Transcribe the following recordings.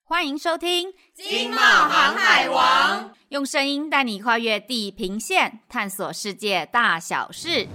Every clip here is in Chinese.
欢迎收听《 经贸航海王》， 用声音带你跨越地平线，探索世界大小事。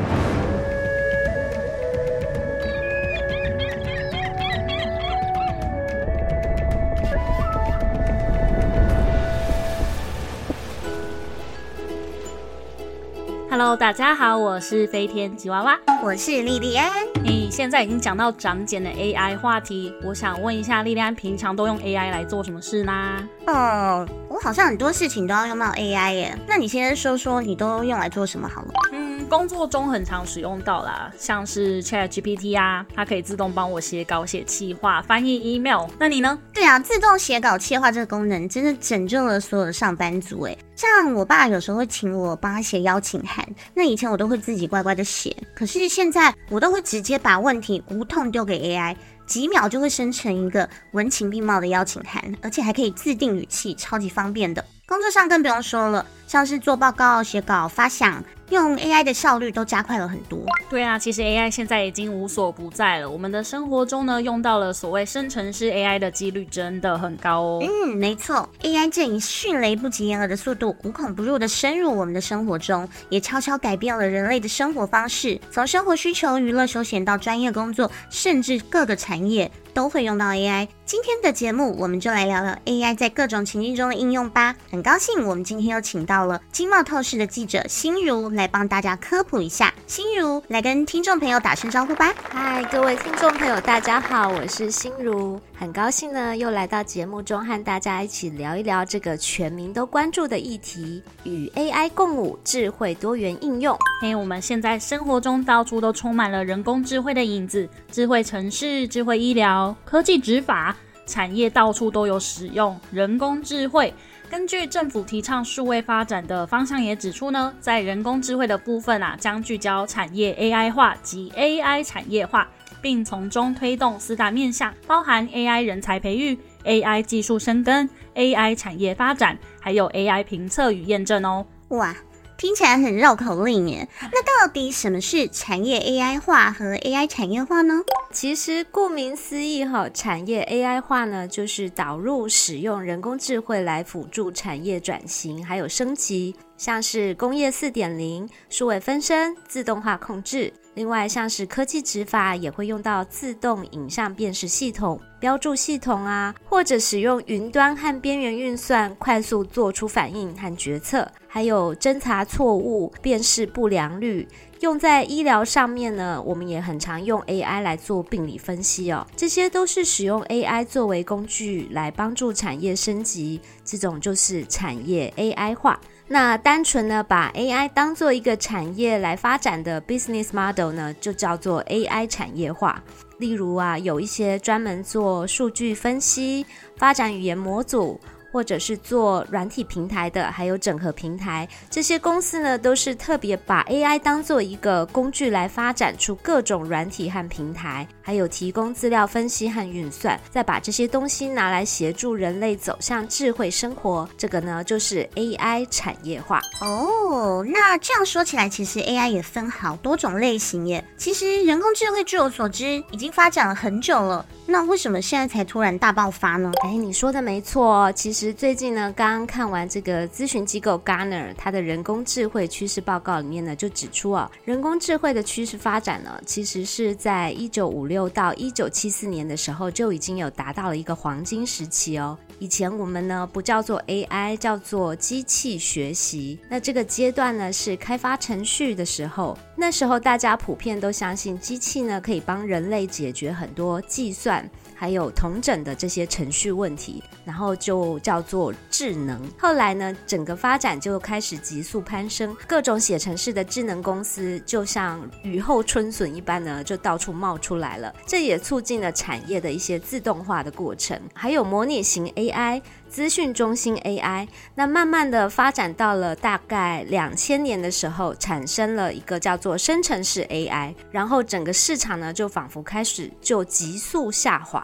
Hello， 大家好，我是飞天吉娃娃， 我是莉莉安。 现在已经讲到长茧的 AI 话题，我想问一下莉莉安，平常都用 AI 来做什么事呢？ 我好像很多事情都要用到 AI 耶。那你先说说你都用来做什么好了？ 工作中很常使用到啦，像是 ChatGPT 啊，它可以自动帮我写稿、写企划、翻译 email。那你呢？ 对啊，自动写稿企划这个功能真的拯救了所有的上班族耶。像我爸有时候会请我帮他写邀请函，那以前我都会自己乖乖的写，可是现在我都会直接把问题无痛丢给 AI， 几秒就会生成一个文情并茂的邀请函，而且还可以自定语气，超级方便的。工作上更不用说了，像是做报告、写稿、发想，用 AI 的效率都加快了很多。 对啊，其实 AI 现在已经无所不在了，我们的生活中呢，用到了所谓生成式 AI 的几率真的很高哦。 没错， AI 正以迅雷不及掩耳的速度，无孔不入的深入我们的生活中，也悄悄改变了人类的生活方式，从生活需求、娱乐休闲到专业工作，甚至各个产业都会用到 AI。 今天的节目我们就来聊聊 AI 在各种情境中的应用吧。很高兴我们今天又请到了经贸透视的记者心如来帮大家科普一下。心如来跟听众朋友打声招呼吧。 嗨，各位听众朋友大家好，我是心如，很高兴呢又来到节目中和大家一起聊一聊这个全民都关注的议题，与 AI 共舞，智慧多元应用。 我们现在生活中到处都充满了人工智慧的影子，智慧城市、智慧医疗、科技执法，产业到处都有使用人工智慧。根据政府提倡数位发展的方向也指出呢，在人工智慧的部分将聚焦产业 AI 化及 AI 产业化，并从中推动4大面向，包含 AI 人才培育、AI 技术深耕、AI 产业发展，还有 AI 评测与验证哦。 哇，听起来很绕口令耶。那到底什么是产业 AI 化和 AI 产业化呢？ 其实顾名思义产业 AI 化呢，就是导入使用人工智慧来辅助产业转型还有升级，像是工业 4.0、数位分身、自动化控制。另外像是科技执法也会用到自动影像辨识系统、标注系统或者使用云端和边缘运算快速做出反应和决策，还有侦查错误、辨识不良率。用在医疗上面呢，我们也很常用 AI 来做病理分析这些都是使用 AI 作为工具来帮助产业升级，这种就是产业 AI 化。那单纯呢把 AI 当做一个产业来发展的 business model 呢，就叫做 AI 产业化。例如有一些专门做数据分析、发展语言模组，或者是做软体平台的，还有整合平台，这些公司呢都是特别把 AI 当做一个工具来发展出各种软体和平台，还有提供资料分析和运算，再把这些东西拿来协助人类走向智慧生活，这个呢就是 AI 产业化。 那这样说起来，其实 AI 也分好多种类型耶。其实人工智慧据我所知已经发展了很久了，那为什么现在才突然大爆发呢？ 你说的没错，其实最近呢刚刚看完这个咨询机构 Gartner 它的人工智慧趋势报告里面呢，就指出人工智慧的趋势发展呢，其实是在1956到1974年的时候就已经有达到了一个黄金时期以前我们呢不叫做 AI， 叫做机器学习。那这个阶段呢是开发程序的时候，那时候大家普遍都相信机器呢可以帮人类解决很多计算还有统整的这些程序问题，然后就叫做智能。后来呢整个发展就开始急速攀升，各种写程式的智能公司就像雨后春笋一般呢就到处冒出来了，这也促进了产业的一些自动化的过程，还有模拟型 AI、资讯中心 AI。 那慢慢的发展到了大概2000年的时候，产生了一个叫做生成式 AI， 然后整个市场呢就仿佛开始就急速下滑，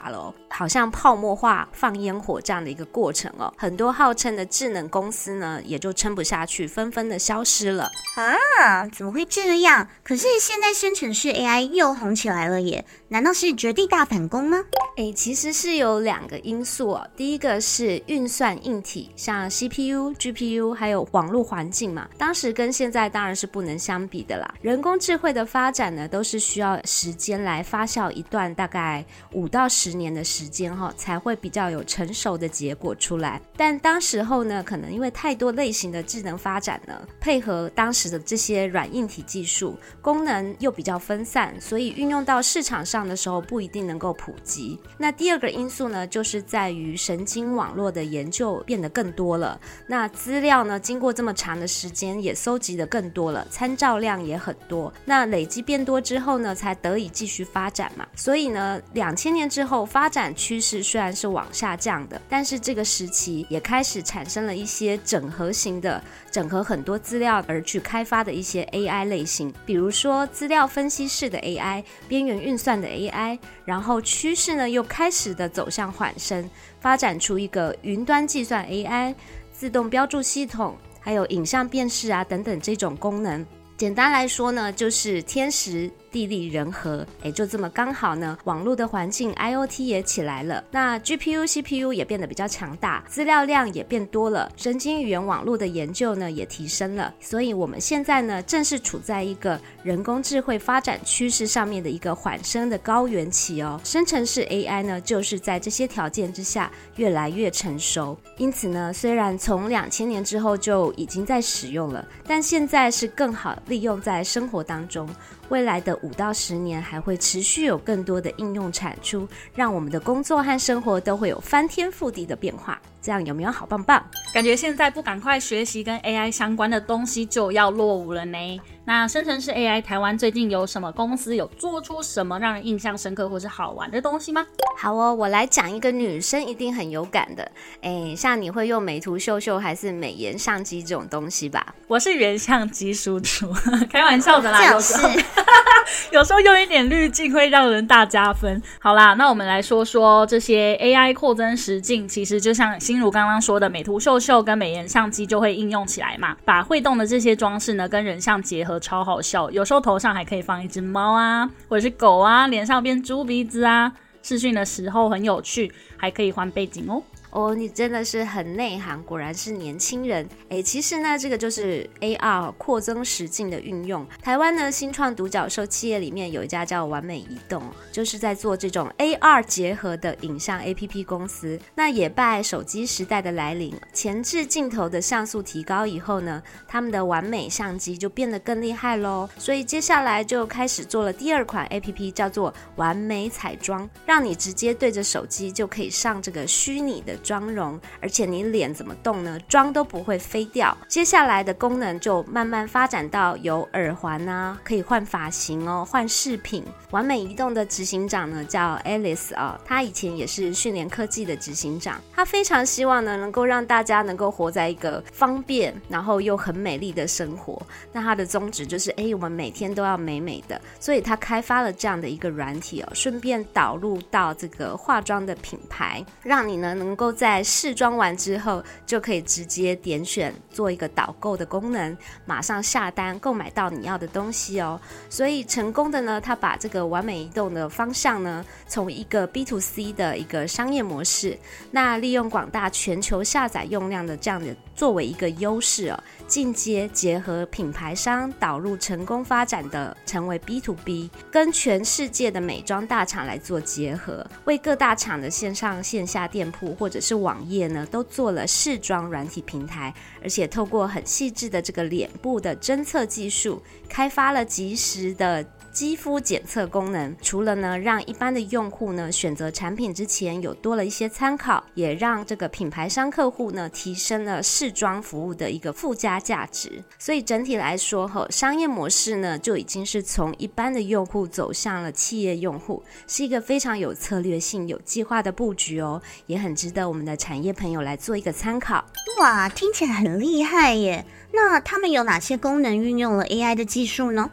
乏了好像泡沫化放烟火这样的一个过程很多号称的智能公司呢也就撑不下去，纷纷的消失了啊！怎么会这样？可是现在生成式 AI 又红起来了耶，难道是绝地大反攻吗？ 其实是有2个因素第一个是运算硬体，像 CPU、GPU 还有网络环境嘛，当时跟现在当然是不能相比的啦。人工智慧的发展呢，都是需要时间来发酵一段大概5到10年的时间才会比较有成熟的结果出来。但当时候呢，可能因为太多类型的智能发展呢，配合当时的这些软硬体技术，功能又比较分散，所以运用到市场上的时候不一定能够普及。那第2个因素呢，就是在于神经网络的研究变得更多了，那资料呢经过这么长的时间也搜集的更多了，参照量也很多，那累积变多之后呢，才得以继续发展嘛。所以呢2000年之后发展趋势虽然是往下降的，但是这个时期也开始产生了一些整合型的，整合很多资料而去开发的一些 AI 类型，比如说资料分析式的 AI、 边缘运算的 AI， 然后趋势呢又开始的走向缓升，发展出一个云端计算 AI、 自动标注系统，还有影像辨识等等这种功能。简单来说呢，就是天时地利人和，就这么刚好呢，网络的环境 IoT 也起来了，那 GPU、CPU 也变得比较强大，资料量也变多了，神经语言网络的研究呢也提升了，所以我们现在呢正是处在一个人工智慧发展趋势上面的一个缓升的高原期生成式 AI 呢就是在这些条件之下越来越成熟，因此呢虽然从2000年之后就已经在使用了，但现在是更好利用在生活当中，未来的5到10年还会持续有更多的应用产出，让我们的工作和生活都会有翻天覆地的变化。这样有没有好棒棒？ 感觉现在不赶快学习跟 AI 相关的东西就要落伍了呢。那生成式 AI 台湾最近有什么公司有做出什么让人印象深刻或是好玩的东西吗？ 好我来讲一个女生一定很有感的，像你会用美图秀秀还是美颜相机这种东西吧？ 我是原相机输出，开玩笑的啦， 有时候用一点滤镜会让人大加分。好啦，那我们来说说这些 AI 扩增实境，其实就像心如刚刚说的，美图秀秀跟美颜相机就会应用起来嘛，把会动的这些装饰呢跟人像结合，超好笑。有时候头上还可以放一只猫或者是狗脸上变猪鼻子视讯的时候很有趣，还可以换背景你真的是很内行，果然是年轻人。其实呢，这个就是 AR 扩增实境的运用。台湾呢，新创独角兽企业里面有一家叫完美移动，就是在做这种 AR 结合的影像 APP 公司。那也拜手机时代的来临，前置镜头的像素提高以后呢，他们的完美相机就变得更厉害咯。所以接下来就开始做了第2款 APP， 叫做完美彩妆，让你直接对着手机就可以上这个虚拟的妆容，而且你脸怎么动呢，妆都不会飞掉。接下来的功能就慢慢发展到有耳环可以换发型换饰品。完美移动的执行长呢叫 Alice 他以前也是讯联科技的执行长，他非常希望呢能够让大家能够活在一个方便然后又很美丽的生活。那他的宗旨就是我们每天都要美美的，所以他开发了这样的一个软体顺便导入到这个化妆的品牌，让你呢能够在试妆完之后就可以直接点选做一个导购的功能，马上下单购买到你要的东西所以成功的呢，他把这个完美移动的方向呢，从一个 B2C 的一个商业模式，那利用广大全球下载用量的这样的作为一个优势进阶结合品牌商导入成功发展的成为 B2B， 跟全世界的美妆大厂来做结合，为各大厂的线上线下店铺或者是网页呢都做了试妆软体平台，而且透过很细致的这个脸部的侦测技术，开发了即时的肌肤检测功能。除了呢让一般的用户呢选择产品之前有多了一些参考，也让这个品牌商客户呢提升了试妆服务的一个附加价值。所以整体来说商业模式呢就已经是从一般的用户走向了企业用户，是一个非常有策略性有计划的布局也很值得我们的产业朋友来做一个参考。 哇，听起来很厉害耶。那他们有哪些功能运用了 AI 的技术呢？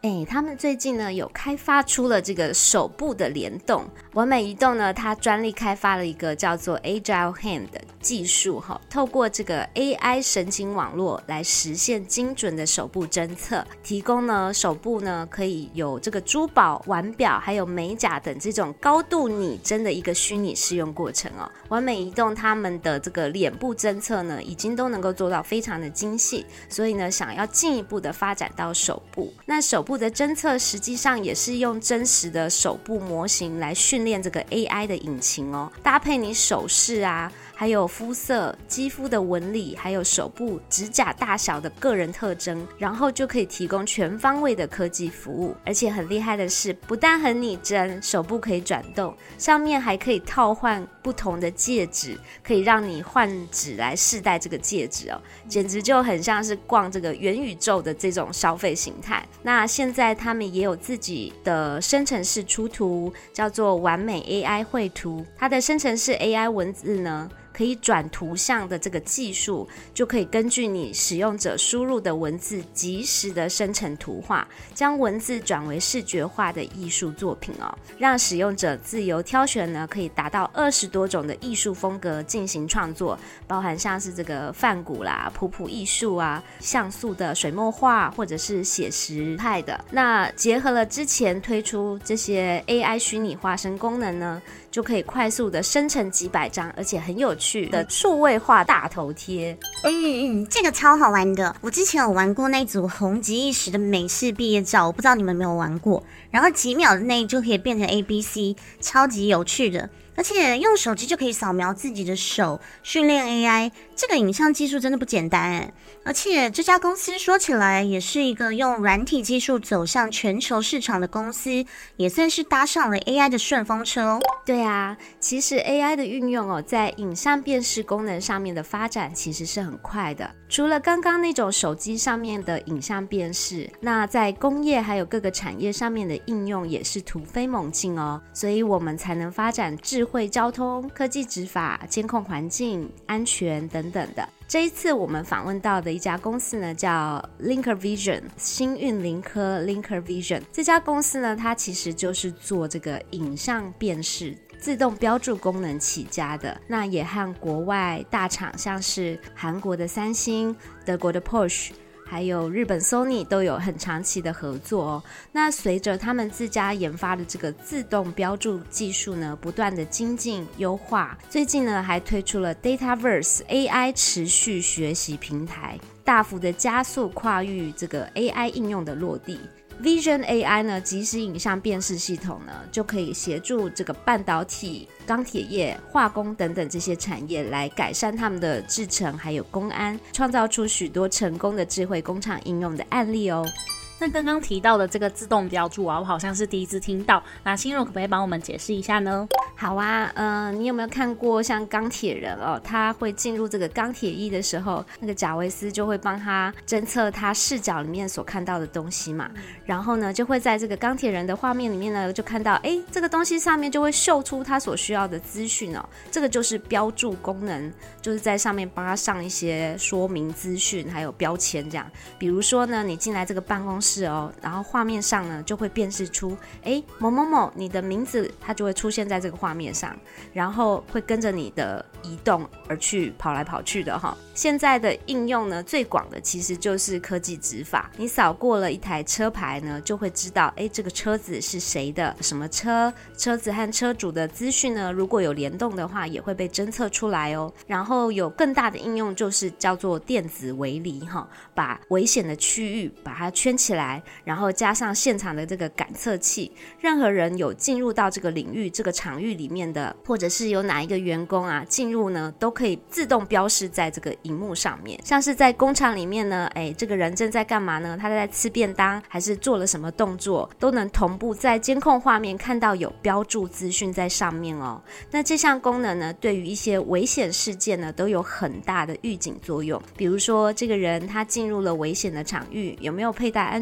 他们最近呢有开发出了这个手部的联动。完美移动呢，它专利开发了一个叫做 Agile Hand 的技术，透过这个 AI 神经网络来实现精准的手部侦测，提供呢手部呢可以有这个珠宝、腕表还有美甲等这种高度拟真的一个虚拟试用过程哦。完美移动他们的这个脸部侦测呢，已经都能够做到非常的精细，所以呢想要进一步的发展到手部。那手部的侦测实际上也是用真实的手部模型来训练这个 AI 的引擎哦，搭配你手势啊，还有肤色、肌肤的纹理，还有手部指甲大小的个人特征，然后就可以提供全方位的科技服务。而且很厉害的是，不但很拟真，手部可以转动，上面还可以套换不同的戒指，可以让你换指来试戴这个戒指哦，简直就很像是逛这个元宇宙的这种消费形态。那现在他们也有自己的生成式出图，叫做完美 AI 绘图，它的生成式 AI 文字呢可以转图像的这个技术，就可以根据你使用者输入的文字及时的生成图画，将文字转为视觉化的艺术作品哦，让使用者自由挑选呢，可以达到20多种的艺术风格进行创作，包含像是这个梵谷啦、普普艺术啊、像素的水墨画，或者是写实派的。那结合了之前推出这些 AI 虚拟化身功能呢，就可以快速的生成几百张，而且很有趣的数位化大头贴。 这个超好玩的。我之前有玩过那组红极一时的美式毕业照，我不知道你们有没有玩过。然后几秒内就可以变成 ABC， 超级有趣的。而且用手机就可以扫描自己的手，训练 AI， 这个影像技术真的不简单耶。而且这家公司说起来也是一个用软体技术走向全球市场的公司，也算是搭上了 AI 的顺风车哦。 对啊，其实 AI 的运用在影像辨识功能上面的发展其实是很快的。除了刚刚那种手机上面的影像辨识，那在工业还有各个产业上面的应用也是突飞猛进哦，所以我们才能发展智慧交通、科技执法、监控环境、安全等等的。这一次我们访问到的一家公司呢，叫 Linker Vision， 星运林科 Linker Vision。 这家公司呢，它其实就是做这个影像辨识自动标注功能起家的，那也和国外大厂像是韩国的三星、德国的 Porsche还有日本 Sony 都有很长期的合作哦。那随着他们自家研发的这个自动标注技术呢，不断的精进优化，最近呢还推出了 Dataverse AI 持续学习平台，大幅的加速跨域这个 AI 应用的落地。Vision AI 呢，即时影像辨识系统呢，就可以协助这个半导体、钢铁业、化工等等这些产业来改善他们的制程还有工安，创造出许多成功的智慧工厂应用的案例哦。 那刚刚提到的这个自动标注啊，我好像是第一次听到，那心柔可不可以帮我们解释一下呢？ 好啊，你有没有看过像钢铁人哦，他会进入这个钢铁衣的时候，那个贾维斯就会帮他侦测他视角里面所看到的东西嘛，然后呢就会在这个钢铁人的画面里面呢，就看到这个东西上面就会秀出他所需要的资讯哦，这个就是标注功能，就是在上面帮他上一些说明资讯还有标签这样。比如说呢，你进来这个办公室哦，然后画面上呢就会辨识出某某某你的名字，它就会出现在这个画面上，然后会跟着你的移动而去跑来跑去的哈。现在的应用呢，最广的其实就是科技执法，你扫过了一台车牌呢，就会知道这个车子是谁的，什么车，车子和车主的资讯呢，如果有联动的话也会被侦测出来哦。然后有更大的应用就是叫做电子围篱哈，把危险的区域把它圈起来，然后加上现场的这个感测器，任何人有进入到这个领域这个场域里面的，或者是有哪一个员工啊进入呢，都可以自动标示在这个荧幕上面。像是在工厂里面呢，这个人正在干嘛呢？他在吃便当还是做了什么动作，都能同步在监控画面看到有标注资讯在上面哦。那这项功能呢，对于一些危险事件呢，都有很大的预警作用。比如说这个人他进入了危险的场域，有没有佩戴安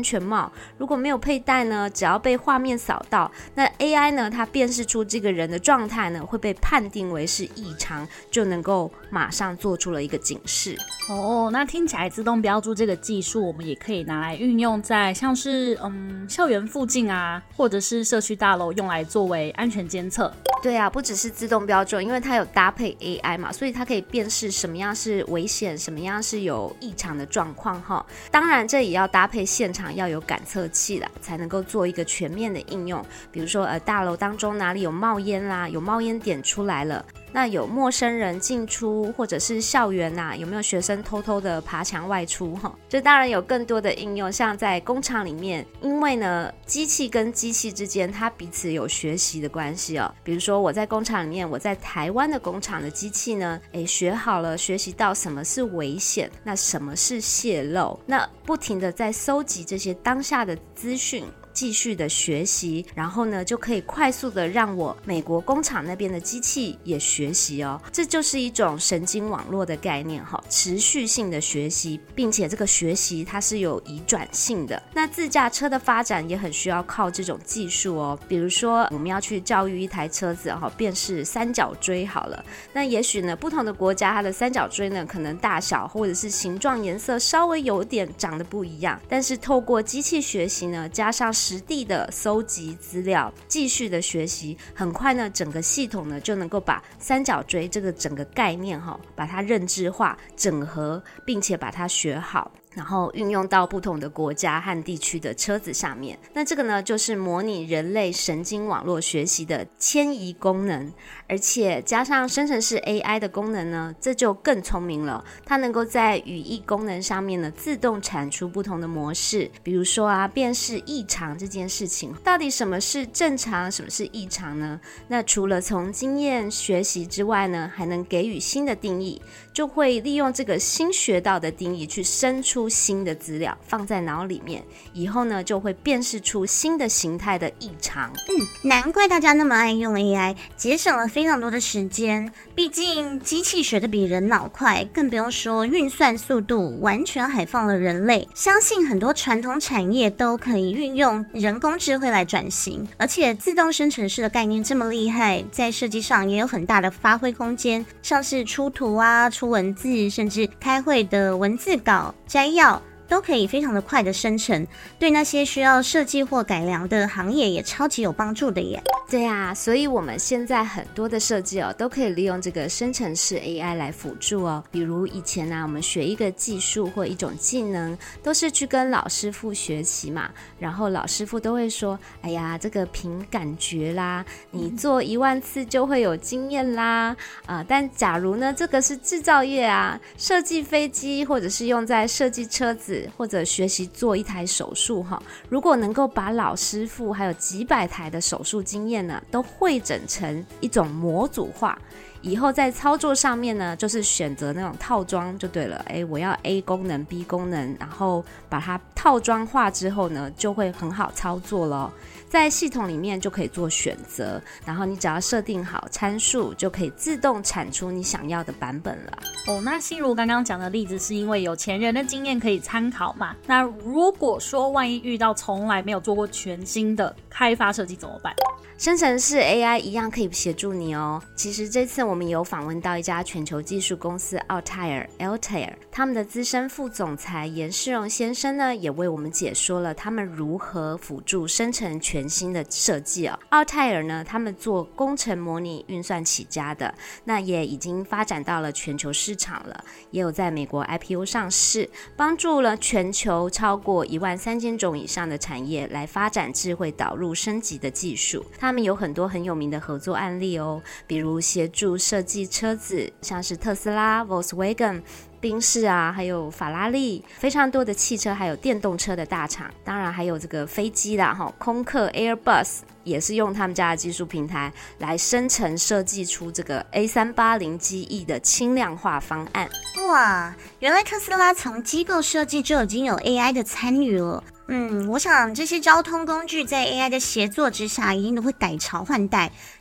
安全帽，如果没有佩戴呢，只要被画面扫到，那 AI 呢，它辨识出这个人的状态呢，会被判定为是异常，就能够马上做出了一个警示。 那听起来自动标注这个技术，我们也可以拿来运用在像是校园附近啊，或者是社区大楼，用来作为安全监测。 对啊，不只是自动标注，因为它有搭配 AI 嘛，所以它可以辨识什么样是危险，什么样是有异常的状况哈。当然，这也要搭配现场要有感测器啦，才能够做一个全面的应用。比如说，大楼当中哪里有冒烟啦，有冒烟点出来了。那有陌生人进出，或者是校园啊，有没有学生偷偷的爬墙外出这当然有更多的应用，像在工厂里面，因为呢机器跟机器之间它彼此有学习的关系比如说我在工厂里面，我在台湾的工厂的机器呢学好了，学习到什么是危险，那什么是泄漏，那不停的在搜集这些当下的资讯，继续的学习，然后呢就可以快速的让我美国工厂那边的机器也学习这就是一种神经网络的概念持续性的学习，并且这个学习它是有移转性的。那自驾车的发展也很需要靠这种技术比如说我们要去教育一台车子辨识三角锥好了，那也许呢不同的国家它的三角锥呢可能大小或者是形状颜色稍微有点长得不一样，但是透过机器学习呢，加上实地的搜集资料，继续的学习，很快呢整个系统呢就能够把三角锥这个整个概念把它认知化、整合，并且把它学好，然后运用到不同的国家和地区的车子上面。那这个呢就是模拟人类神经网络学习的迁移功能，而且加上生成式 AI 的功能呢，这就更聪明了，它能够在语义功能上面呢自动产出不同的模式，比如说辨识异常这件事情，到底什么是正常，什么是异常呢？那除了从经验学习之外呢，还能给予新的定义，就会利用这个新学到的定义去生出新的资料放在脑里面，以后呢就会辨识出新的形态的异常。 难怪大家那么爱用 AI， 节省了非常多的时间。毕竟机器学得比人脑快，更不用说运算速度完全海放了人类。相信很多传统产业都可以运用人工智慧来转型，而且自动生成式的概念这么厉害，在设计上也有很大的发挥空间，像是出图出文字，甚至开会的文字稿、摘要都可以非常的快的生成，对那些需要设计或改良的行业也超级有帮助的耶。 对啊，所以我们现在很多的设计都可以利用这个生成式 AI 来辅助比如以前我们学一个技术或一种技能，都是去跟老师傅学习嘛，然后老师傅都会说，哎呀，这个凭感觉啦，你做10000次就会有经验啦但假如呢这个是制造业设计飞机，或者是用在设计车子，或者学习做一台手术如果能够把老师傅还有几百台的手术经验呢都汇整成一种模组化，以后在操作上面呢就是选择那种套装就对了，我要 A 功能 B 功能，然后把它套装化之后呢就会很好操作咯。在系统里面就可以做选择，然后你只要设定好参数，就可以自动产出你想要的版本了。 那心如刚刚讲的例子是因为有钱人的经验可以参考嘛？那如果说万一遇到从来没有做过全新的开发设计怎么办？ 生成式 AI 一样可以协助你其实这次我们有访问到一家全球技术公司Altair， 他们的资深副总裁严世荣先生呢，也为我们解说了他们如何辅助生成全新的设计Altair 呢，他们做工程模拟运算起家的，那也已经发展到了全球市场了，也有在美国 IPO 上市，帮助了全球超过13000种以上的产业来发展智慧导入升级的技术。他们有很多很有名的合作案例比如协助设计车子，像是特斯拉、Volkswagen、宾士还有法拉利，非常多的汽车还有电动车的大厂，当然还有这个飞机啦空客 Airbus 也是用他们家的技术平台来生成设计出这个 A380 机翼的轻量化方案。 哇，原来特斯拉从机构设计就已经有 AI 的参与了。我想这些交通工具在 AI 的协作之下一定都会改朝换代，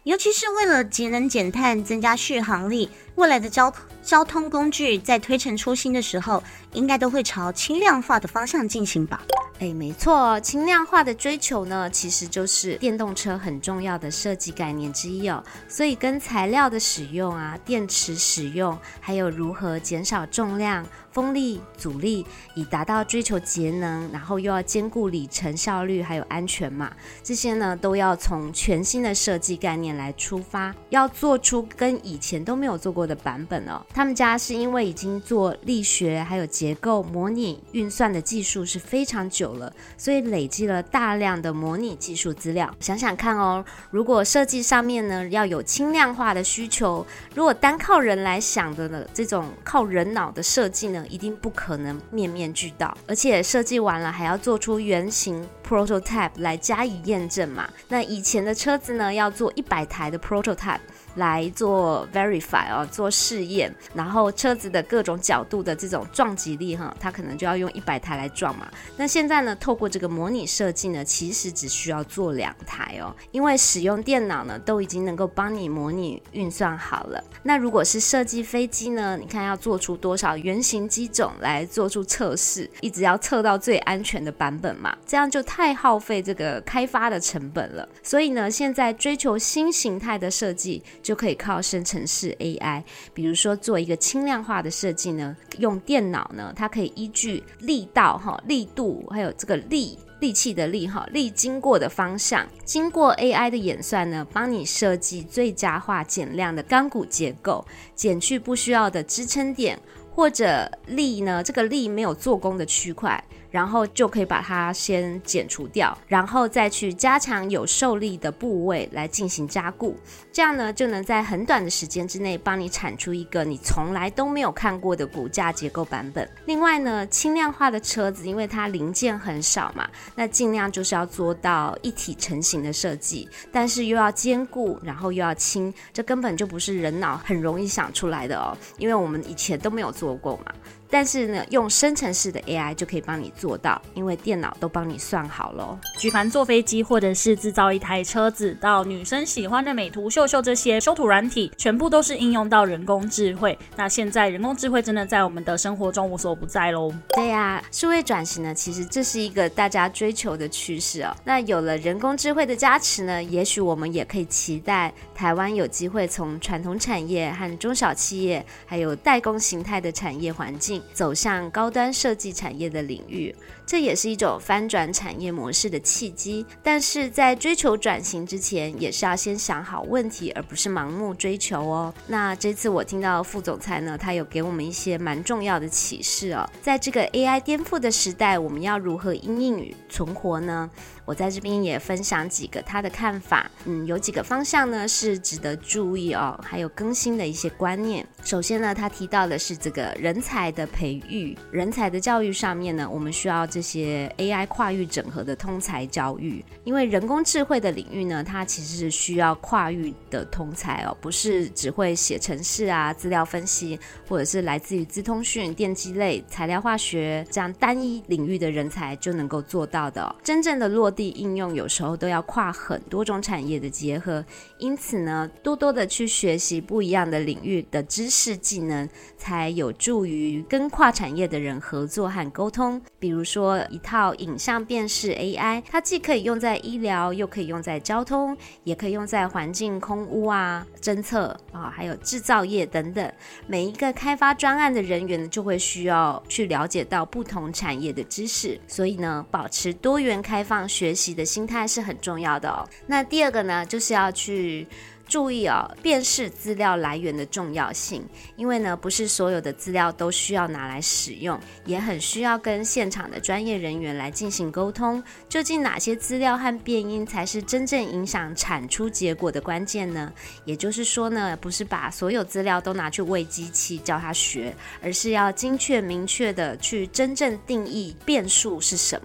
尤其是为了节能减碳、增加续航力，未来的交通工具在推陈出新的时候，应该都会朝轻量化的方向进行吧？ 没错，轻量化的追求呢，其实就是电动车很重要的设计概念之一哦。所以跟材料的使用啊、电池使用，还有如何减少重量、风力、阻力，以达到追求节能，然后又要兼顾里程效率还有安全嘛，这些呢都要从全新的设计概念来出发，要做出跟以前都没有做过的版本哦。他们家是因为已经做力学还有结构模拟运算的技术是非常久了，所以累积了大量的模拟技术资料。想想看哦，如果设计上面呢要有轻量化的需求，如果单靠人来想的呢，这种靠人脑的设计呢，一定不可能面面俱到，而且设计完了还要做出原型 prototype 来加以验证嘛。那以前的车子呢，要做100台的 prototype来做 verify 哦，做试验，然后车子的各种角度的这种撞击力它可能就要用100台来撞嘛。那现在呢，透过这个模拟设计呢，其实只需要做2台哦，因为使用电脑呢，都已经能够帮你模拟运算好了。那如果是设计飞机呢，你看要做出多少原型机种来做出测试，一直要测到最安全的版本嘛，这样就太耗费这个开发的成本了。所以呢，现在追求新形态的设计，就可以靠生成式 AI， 比如说做一个轻量化的设计呢，用电脑呢，它可以依据力道、力度，还有这个力气的力经过的方向，经过 AI 的演算呢，帮你设计最佳化减量的钢骨结构，减去不需要的支撑点，或者力呢，这个力没有做工的区块，然后就可以把它先减除掉，然后再去加强有受力的部位来进行加固，这样呢就能在很短的时间之内帮你产出一个你从来都没有看过的骨架结构版本。另外呢，轻量化的车子因为它零件很少嘛，那尽量就是要做到一体成型的设计，但是又要坚固，然后又要轻，这根本就不是人脑很容易想出来的哦，因为我们以前都没有做过嘛。但是呢，用生成式的 AI 就可以帮你做到，因为电脑都帮你算好咯。 举凡坐飞机或者是制造一台车子，到女生喜欢的美图秀秀这些修图软体，全部都是应用到人工智慧。那现在人工智慧真的在我们的生活中无所不在咯。 对呀，数位转型呢，其实这是一个大家追求的趋势哦。那有了人工智慧的加持呢，也许我们也可以期待台湾有机会从传统产业和中小企业，还有代工形态的产业环境，走向高端设计产业的领域，这也是一种翻转产业模式的契机。但是在追求转型之前，也是要先想好问题，而不是盲目追求哦。那这次我听到副总裁呢，他有给我们一些蛮重要的启示哦。在这个 AI 颠覆的时代，我们要如何因应与存活呢？我在这边也分享几个他的看法，有几个方向呢是值得注意哦，还有更新的一些观念。首先呢，他提到的是这个人才的培育，人才的教育上面呢，我们需要这些 AI 跨域整合的通才教育，因为人工智慧的领域呢，它其实是需要跨域的通才哦，不是只会写程式啊、资料分析，或者是来自于资通讯、电机类、材料化学这样单一领域的人才就能够做到的哦。真正的落地应用有时候都要跨很多种产业的结合，因此呢，多多的去学习不一样的领域的知识技能，才有助于跟跨产业的人合作和沟通。比如说一套影像辨识 AI， 它既可以用在医疗，又可以用在交通，也可以用在环境空污啊、侦测啊，还有制造业等等。每一个开发专案的人员就会需要去了解到不同产业的知识，所以呢，保持多元开放学习的心态是很重要的哦。那第二个呢，就是要去注意辨识资料来源的重要性，因为呢，不是所有的资料都需要拿来使用，也很需要跟现场的专业人员来进行沟通。究竟哪些资料和变因才是真正影响产出结果的关键呢？也就是说呢，不是把所有资料都拿去喂机器教它学，而是要精确明确的去真正定义变数是什么，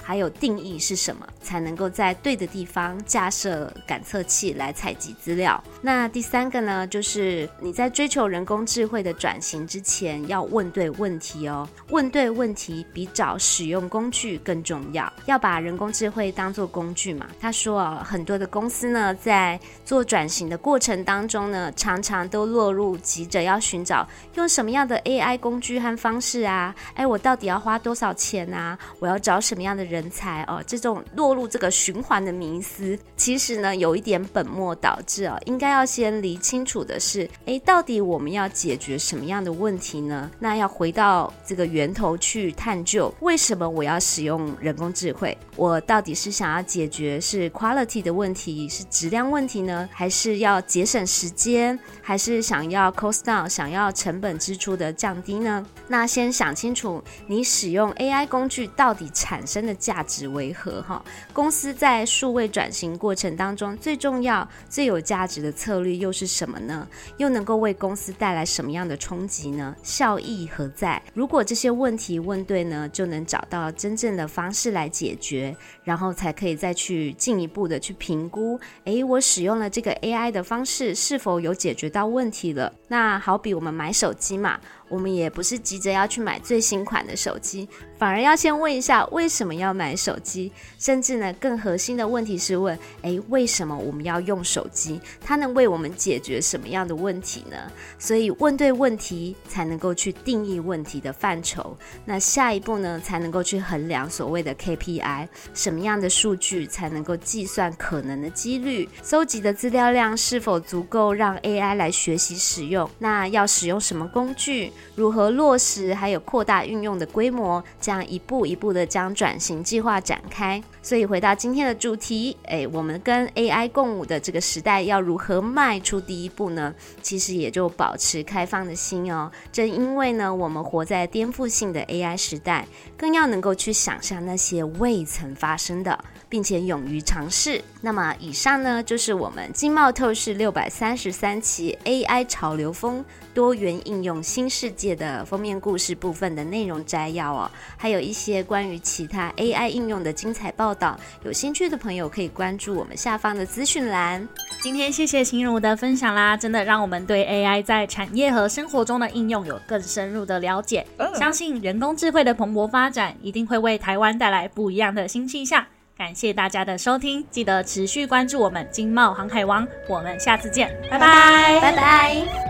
还有定义是什么，才能够在对的地方架设感测器来采集资料。那第三个呢，就是你在追求人工智慧的转型之前，要问对问题哦。问对问题比找使用工具更重要，要把人工智慧当作工具嘛。他说很多的公司呢，在做转型的过程当中呢，常常都落入急着要寻找用什么样的 AI 工具和方式啊，我到底要花多少钱啊，我要找什么样的人才这种落入这个循环的迷思，其实呢有一点本末倒置应该要先理清楚的是，到底我们要解决什么样的问题呢？那要回到这个源头去探究，为什么我要使用人工智慧？我到底是想要解决是 quality 的问题，是质量问题呢？还是要节省时间？还是想要 cost down， 想要成本支出的降低呢？那先想清楚你使用 AI 工具到底产生的价值为何公司在数位转型过程当中最重要最有价值的策略又是什么呢？又能够为公司带来什么样的冲击呢？效益何在？如果这些问题问对呢，就能找到真正的方式来解决，然后才可以再去进一步的去评估我使用了这个 AI 的方式是否有解决到问题了。那好比我们买手机嘛，我们也不是急着要去买最新款的手机，反而要先问一下为什么要买手机，甚至呢更核心的问题是问为什么我们要用手机，它能为我们解决什么样的问题呢？所以问对问题才能够去定义问题的范畴，那下一步呢才能够去衡量所谓的 KPI， 什么样的数据才能够计算可能的几率，搜集的资料量是否足够让 AI 来学习使用，那要使用什么工具，如何落实，还有扩大运用的规模，这样一步一步的将转型计划展开。所以回到今天的主题，我们跟 AI 共舞的这个时代要如何迈出第一步呢？其实也就保持开放的心哦。正因为呢，我们活在颠覆性的 AI 时代，更要能够去想象那些未曾发生的，并且勇于尝试。那么以上呢，就是我们经贸透视633期 AI 潮流风多元应用新世界的封面故事部分的内容摘要哦，还有一些关于其他 AI 应用的精彩报道，有兴趣的朋友可以关注我们下方的资讯栏。 今天谢谢心如的分享啦，真的让我们对 AI 在产业和生活中的应用有更深入的了解。相信人工智慧的蓬勃发展一定会为台湾带来不一样的新气象。感谢大家的收听，记得持续关注我们经贸航海王，我们下次见，拜拜， 拜拜。